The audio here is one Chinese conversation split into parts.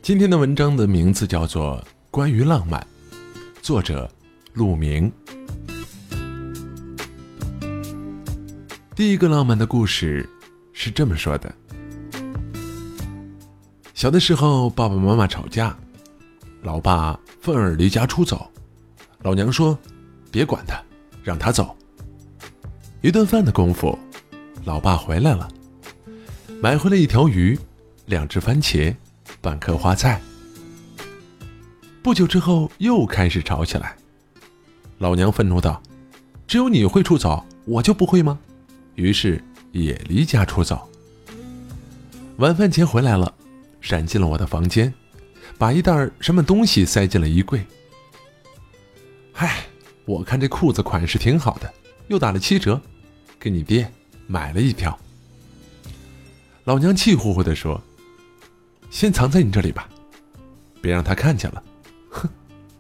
今天的文章的名字叫做《关于浪漫》，作者陆明。第一个浪漫的故事是这么说的：小的时候，爸爸妈妈吵架，老爸愤而离家出走，老娘说别管他，让他走。一顿饭的功夫，老爸回来了，买回了一条鱼、2只番茄、半颗花菜。不久之后又开始吵起来，老娘愤怒道：只有你会出走，我就不会吗？于是也离家出走。晚饭前回来了，闪进了我的房间，把一袋什么东西塞进了衣柜。嗨，我看这裤子款式挺好的，又打了7折，给你爹买了一条。老娘气呼呼地说：先藏在你这里吧，别让他看见了。哼。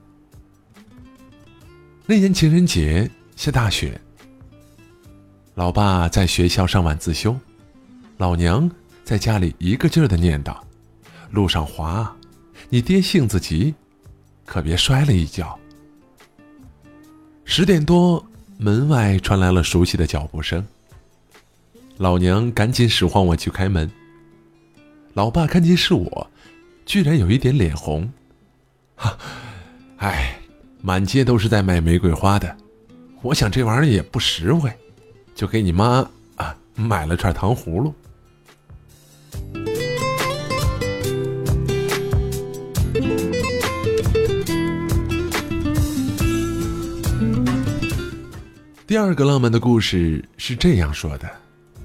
那年情人节下大雪，老爸在学校上晚自修，老娘在家里一个劲儿地念叨：路上滑，你爹性子急，可别摔了一跤。10点多，门外传来了熟悉的脚步声，老娘赶紧使唤我去开门。老爸看见是我，居然有一点脸红。哎，满街都是在卖玫瑰花的，我想这玩意儿也不实惠，就给你妈买了串糖葫芦。第二个浪漫的故事是这样说的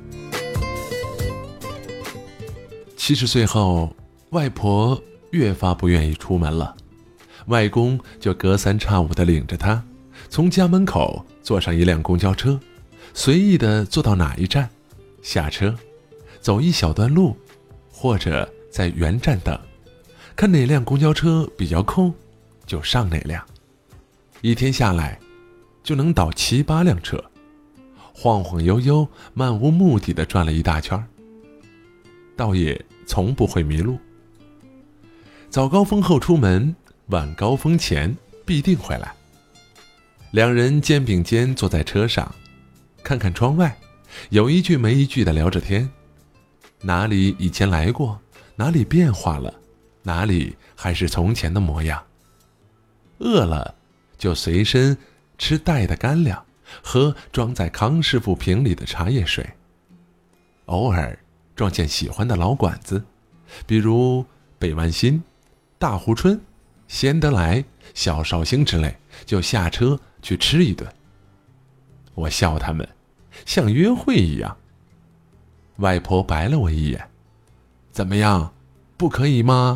：70岁后，外婆越发不愿意出门了，外公就隔3差5地领着她，从家门口坐上一辆公交车，随意地坐到哪一站，下车，走一小段路，或者在原站等，看哪辆公交车比较空，就上哪辆。一天下来，就能倒7、8辆车，晃晃悠悠、漫无目的地转了一大圈，倒也从不会迷路。早高峰后出门，晚高峰前必定回来。两人肩并肩坐在车上，看看窗外，有一句没一句地聊着天，哪里以前来过，哪里变化了，哪里还是从前的模样。饿了就随身吃带的干粮，喝装在康师傅瓶里的茶叶水，偶尔撞见喜欢的老馆子，比如北万新、大湖春、鲜得来、小绍兴之类，就下车去吃一顿。我笑他们像约会一样。外婆白了我一眼：怎么样，不可以吗？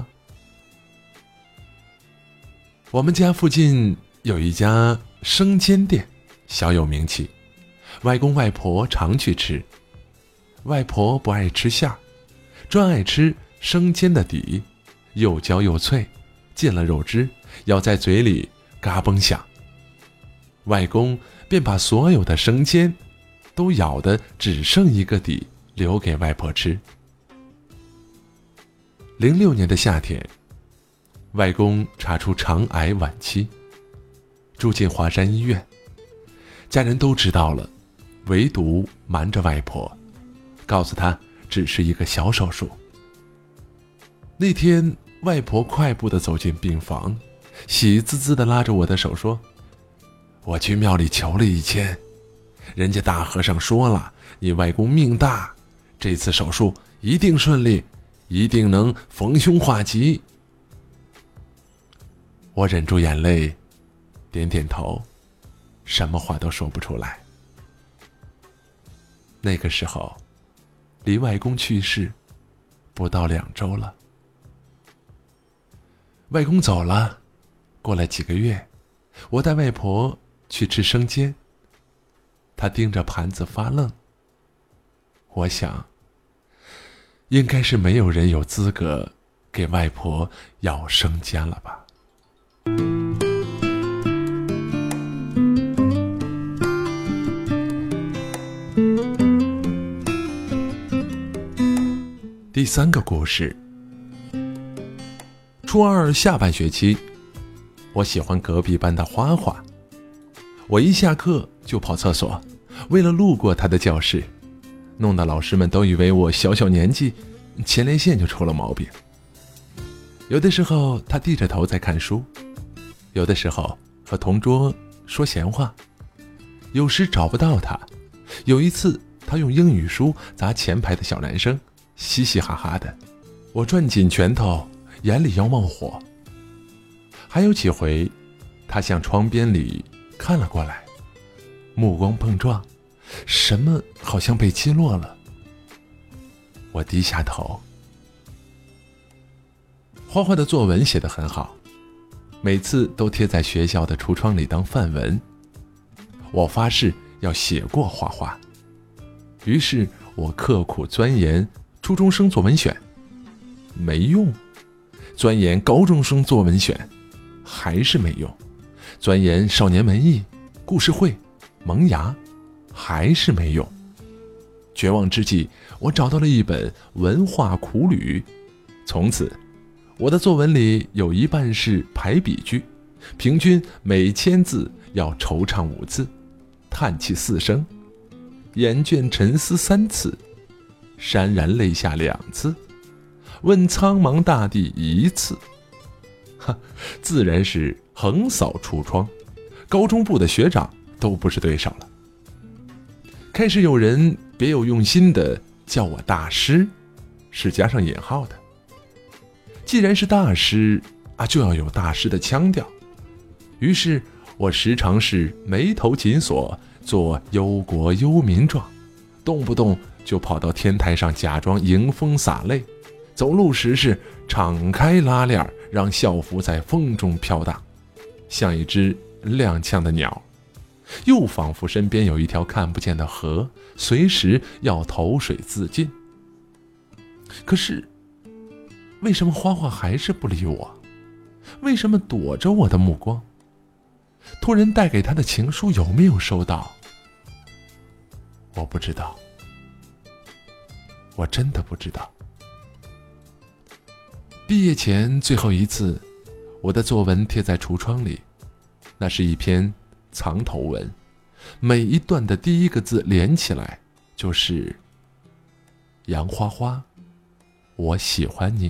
我们家附近有一家生煎店，小有名气，外公外婆常去吃。外婆不爱吃馅儿，专爱吃生煎的底，又焦又脆，进了肉汁，咬在嘴里嘎嘣响。外公便把所有的生煎都咬得只剩一个底，留给外婆吃。06年的夏天，外公查出肠癌晚期，住进华山医院，家人都知道了，唯独瞒着外婆，告诉她只是一个小手术。那天，外婆快步地走进病房，喜滋滋地拉着我的手说：我去庙里求了1000，人家大和尚说了，你外公命大，这次手术一定顺利，一定能逢凶化吉。我忍住眼泪，点点头，什么话都说不出来。那个时候，离外公去世不到2周了。外公走了，过了几个月，我带外婆去吃生煎，她盯着盘子发愣。我想，应该是没有人有资格给外婆舀生煎了吧。第3个故事， 初二下半学期，我喜欢隔壁班的花花。我一下课就跑厕所，为了路过她的教室，弄得老师们都以为我小小年纪前列腺就出了毛病。有的时候她低着头在看书，有的时候和同桌说闲话，有时找不到她。有一次她用英语书砸前排的小男生，嘻嘻哈哈的，我攥紧拳头，眼里要冒火。还有几回她向窗边里看了过来，目光碰撞，什么好像被击落了。我低下头。花花的作文写得很好，每次都贴在学校的橱窗里当范文。我发誓要写过花花，于是我刻苦钻研初中生作文选，没用；钻研高中生作文选，还是没用；钻研少年文艺、故事会、萌芽，还是没用。绝望之际，我找到了一本文化苦旅，从此我的作文里有一半是排比句，平均每1000字要惆怅5字，叹气4声，厌倦沉思3次，潸然泪下2次，问苍茫大地1次。自然是横扫橱窗，高中部的学长都不是对手了。开始有人别有用心的叫我大师，是加上引号的。既然是大师就要有大师的腔调。于是我时常是眉头紧锁，做忧国忧民状，动不动就跑到天台上假装迎风洒泪，走路时是敞开拉链，让校服在风中飘荡，像一只踉跄的鸟，又仿佛身边有一条看不见的河，随时要投水自尽。可是为什么花花还是不理我？为什么躲着我的目光？托人带给他的情书有没有收到？我不知道，我真的不知道。毕业前最后一次，我的作文贴在橱窗里，那是一篇藏头文，每一段的第一个字连起来就是杨花花，我喜欢你。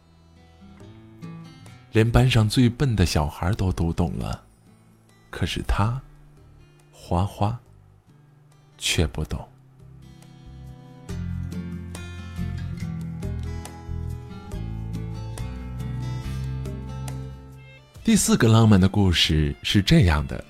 连班上最笨的小孩都读懂了，可是他，花花，却不懂。第4个浪漫的故事是这样的：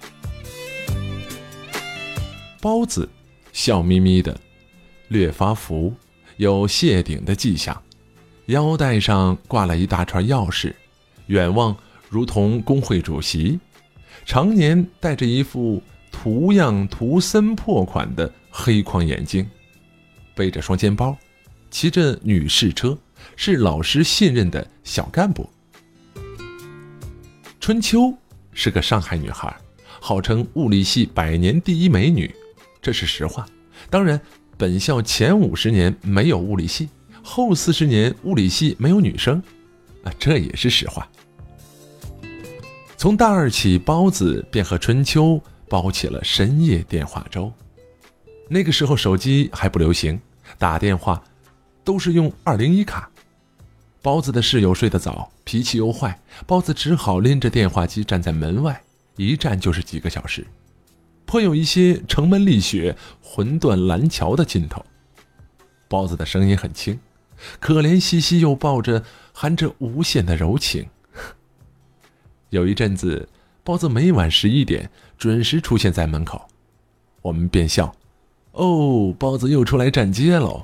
包子笑眯眯的，略发福，有谢顶的迹象，腰带上挂了一大串钥匙，远望如同工会主席，常年戴着一副图样图森破款的黑框眼镜，背着双肩包，骑着女士车，是老师信任的小干部。春秋是个上海女孩，号称物理系100年第一美女，这是实话。当然，本校前50年没有物理系，后40年物理系没有女生，这也是实话。从大2起，包子便和春秋包起了深夜电话粥。那个时候手机还不流行，打电话都是用201卡。包子的室友睡得早，脾气又坏，包子只好拎着电话机站在门外，一站就是几个小时，颇有一些城门立雪、魂断蓝桥的劲头。包子的声音很轻，可怜兮兮又含着无限的柔情。有一阵子，包子每晚11点准时出现在门口，我们便笑：“哦，包子又出来站街喽。”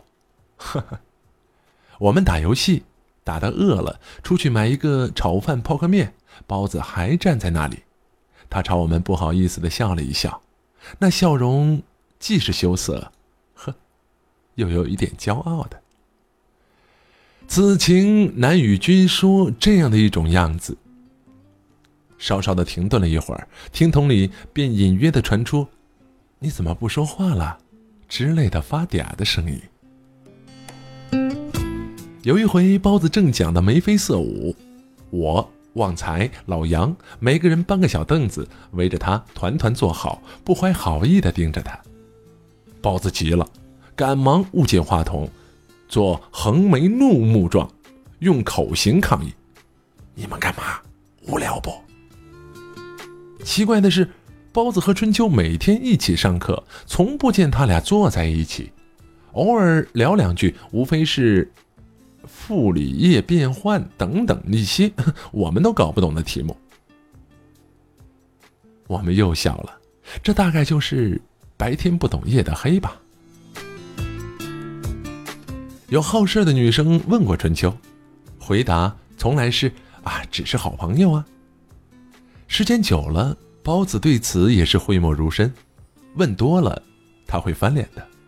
我们打游戏，打得饿了，出去买一个炒饭泡个面，包子还站在那里。他朝我们不好意思地笑了一笑，那笑容既是羞涩，又有一点骄傲的。此情难与君说，这样的一种样子。稍稍的停顿了一会儿，听筒里便隐约地传出“你怎么不说话了”之类的发嗲的声音。有一回，包子正讲的眉飞色舞， 我、旺财、老杨，每个人搬个小凳子，围着他团团坐好，不怀好意地盯着他。包子急了，赶忙误解话筒，做横眉怒目状，用口型抗议：“你们干嘛？无聊不？”奇怪的是，包子和春秋每天一起上课，从不见他俩坐在一起，偶尔聊两句，无非是傅里叶变换等等一些我们都搞不懂的题目。我们又笑了，这大概就是白天不懂夜的黑吧。有好事的女生问过春秋，回答从来是只是好朋友啊。时间久了，包子对此也是讳莫如深，问多了他会翻脸的。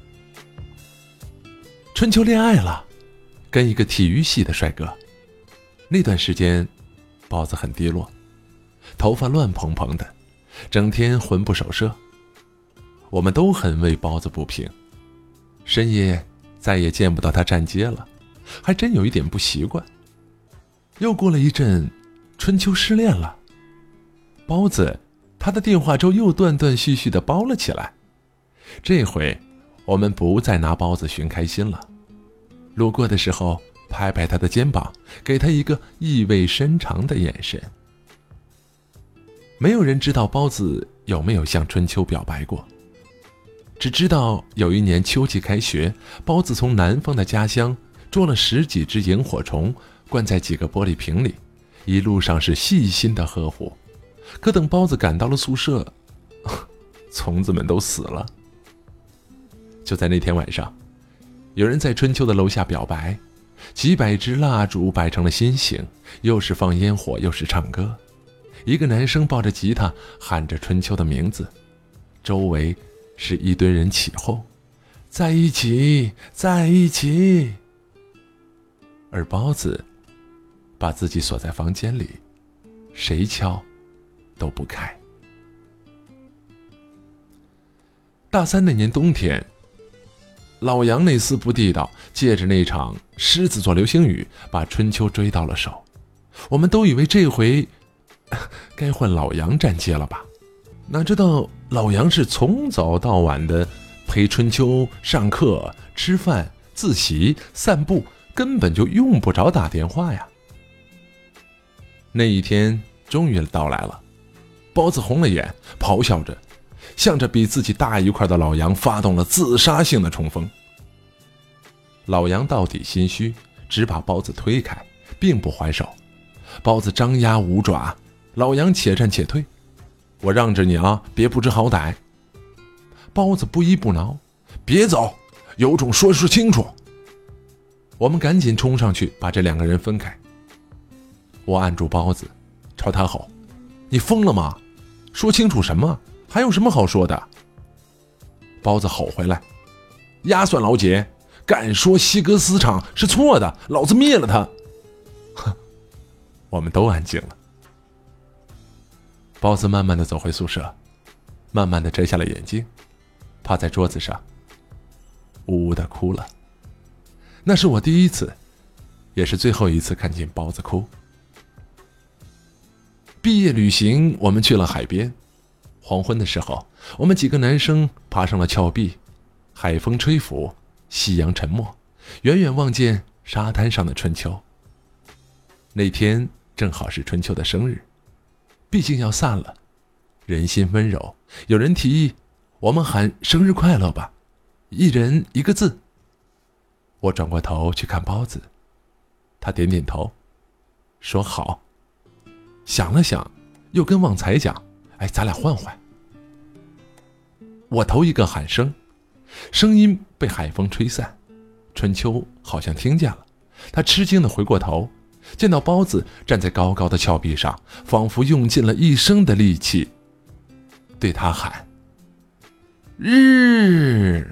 春秋恋爱了，跟一个体育系的帅哥。那段时间包子很低落，头发乱蓬蓬的，整天魂不守舍。我们都很为包子不平，深夜再也见不到他站街了，还真有一点不习惯。又过了一阵，春秋失恋了，包子他的电话粥又断断续续地包了起来。这回我们不再拿包子寻开心了，路过的时候拍拍他的肩膀，给他一个意味深长的眼神。没有人知道包子有没有向春秋表白过，只知道有一年秋季开学，包子从南方的家乡捉了10几只萤火虫，关在几个玻璃瓶里，一路上是细心的呵护。可等包子赶到了宿舍，虫子们都死了。就在那天晚上，有人在春秋的楼下表白，几百支蜡烛摆成了心形，又是放烟火又是唱歌。一个男生抱着吉他喊着春秋的名字，周围是一堆人起哄，在一起，在一起。而包子把自己锁在房间里，谁敲都不开。大3那年冬天，老杨那厮不地道，借着那场狮子座流星雨，把春秋追到了手。我们都以为这回该换老杨站街了吧，哪知道老杨是从早到晚的陪春秋上课、吃饭、自习、散步，根本就用不着打电话呀。那一天终于到来了，包子红了眼，咆哮着向着比自己大一块的老杨发动了自杀性的冲锋。老杨到底心虚，只把包子推开，并不还手。包子张牙舞爪，老杨且战且退。我让着你啊，别不知好歹。包子不依不挠，别走，有种说清楚。我们赶紧冲上去把这2个人分开。我按住包子，朝他吼：“你疯了吗？说清楚什么？还有什么好说的？”包子吼回来：“压算老姐，敢说西格斯场是错的，老子灭了他！”哼，我们都安静了。包子慢慢地走回宿舍，慢慢地摘下了眼镜，趴在桌子上，呜呜地哭了。那是我第一次，也是最后一次看见包子哭。毕业旅行，我们去了海边。黄昏的时候，我们几个男生爬上了峭壁，海风吹拂，夕阳沉没，远远望见沙滩上的春秋。那天正好是春秋的生日，毕竟要散了，人心温柔，有人提议我们喊生日快乐吧，一人一个字。我转过头去看包子，他点点头说好。想了想，又跟旺财讲：“咱俩换换。”我头一个喊声，声音被海风吹散。春秋好像听见了，他吃惊地回过头，见到包子站在高高的峭壁上，仿佛用尽了一生的力气，对他喊：“日！”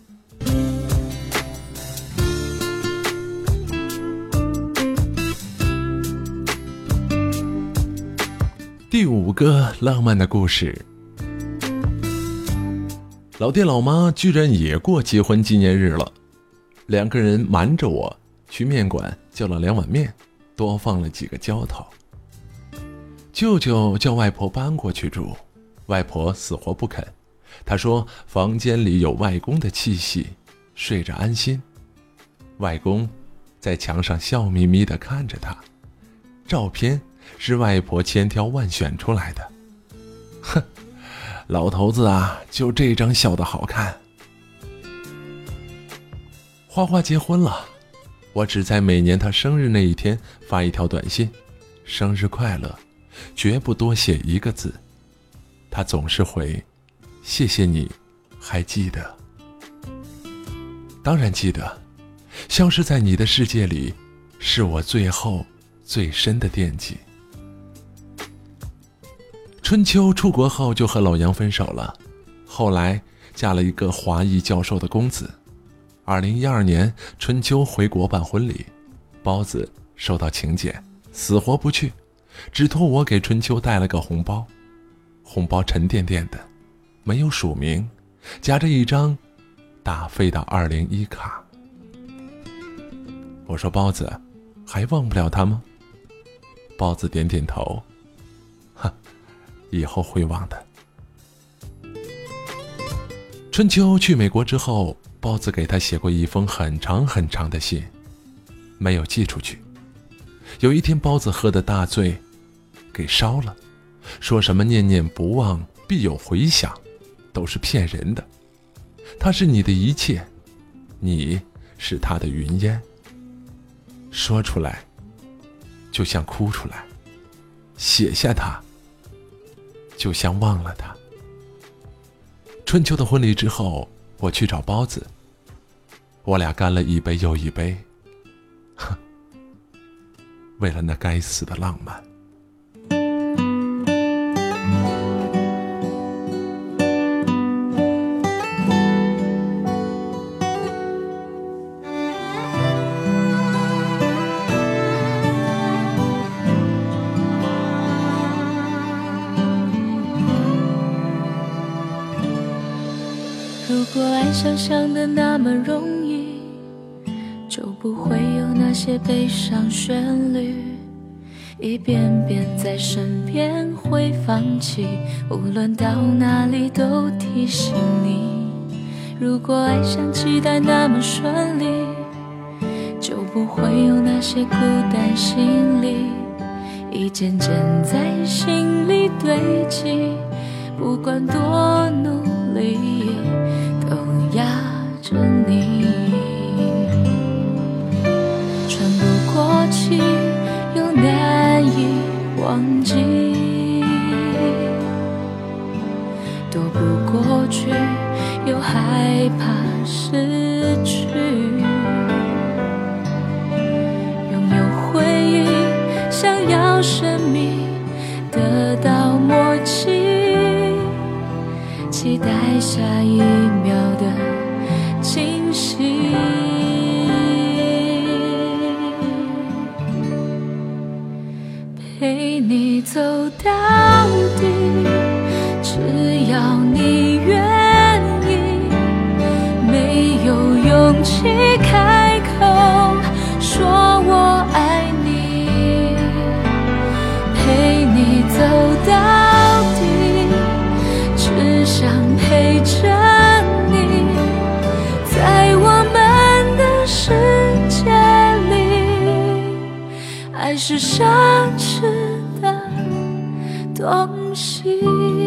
第5个浪漫的故事。老爹老妈居然也过结婚纪念日了，2个人瞒着我去面馆叫了2碗面， 多放了几个浇头。舅舅叫外婆搬过去住，外婆死活不肯。她说房间里有外公的气息，睡着安心。外公在墙上笑眯眯地看着她，照片是外婆千挑万选出来的。哼，老头子啊，就这张笑得好看。花花结婚了，我只在每年她生日那一天发一条短信，生日快乐，绝不多写一个字。她总是回，谢谢你，还记得。当然记得，消失在你的世界里，是我最后最深的惦记。春秋出国后就和老杨分手了，后来嫁了一个华裔教授的公子。2012年，春秋回国办婚礼，包子收到请柬，死活不去，只托我给春秋带了个红包。红包沉甸甸的，没有署名，夹着一张打废的201卡。我说包子，还忘不了他吗？包子点点头，以后会忘的。春秋去美国之后，包子给他写过一封很长很长的信，没有寄出去。有一天包子喝得大醉，给烧了，说什么念念不忘必有回响，都是骗人的。他是你的一切，你是他的云烟。说出来就像哭出来，写下它就像忘了他。春秋的婚礼之后，我去找包子，我俩干了一杯又一杯，为了那该死的浪漫。 如果爱想象的那么容易，就不会有那些悲伤旋律一遍遍在身边会放弃，无论到哪里都提醒你。如果爱像期待那么顺利，就不会有那些孤单心理一件件在心里堆积，不管多努力都压着你，喘不过气又难以忘记，躲不过去又害怕失去，拥有回忆想要生命得到默契，期待下一秒的惊喜，陪你走到底，只要你愿意，没有勇气开口说我爱你，陪你走到底，只想陪着你，在我们的世界里，爱是奢侈的东西。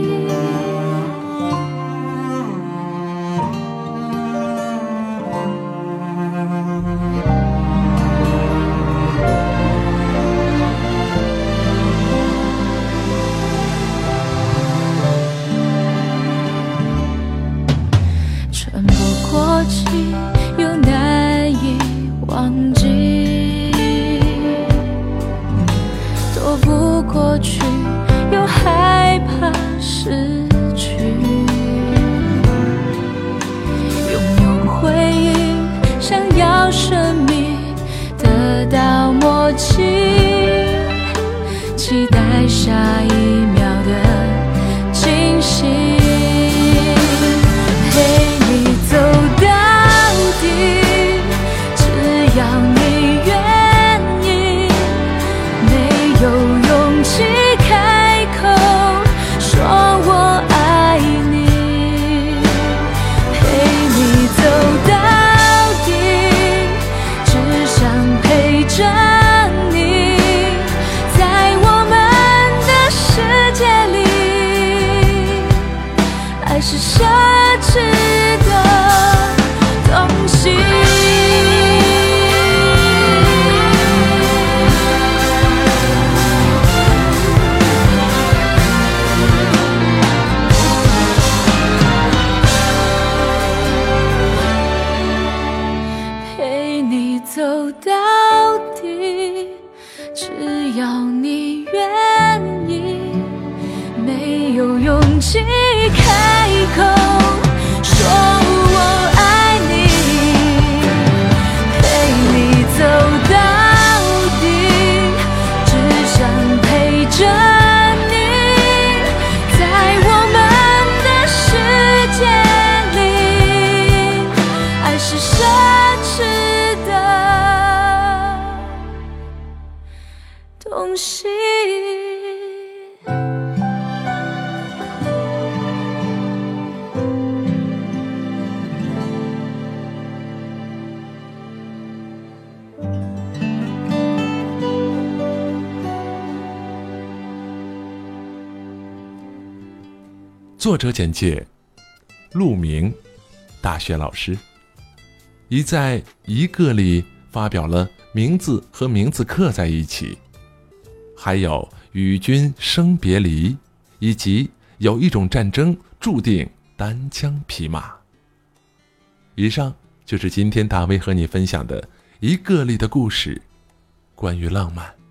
喘不过气又难以忘记，躲不过去又害怕失去，拥有回忆想要生命得到默契，期待下一秒的惊喜，陪你走到底，只要你愿意， 是奢侈的东西。 作者简介：陆明，大学老师，已在一个里发表了名字和名字刻在一起，还有与君生别离，以及有一种战争注定单枪匹马。以上就是今天大威和你分享的一个里的故事，关于浪漫。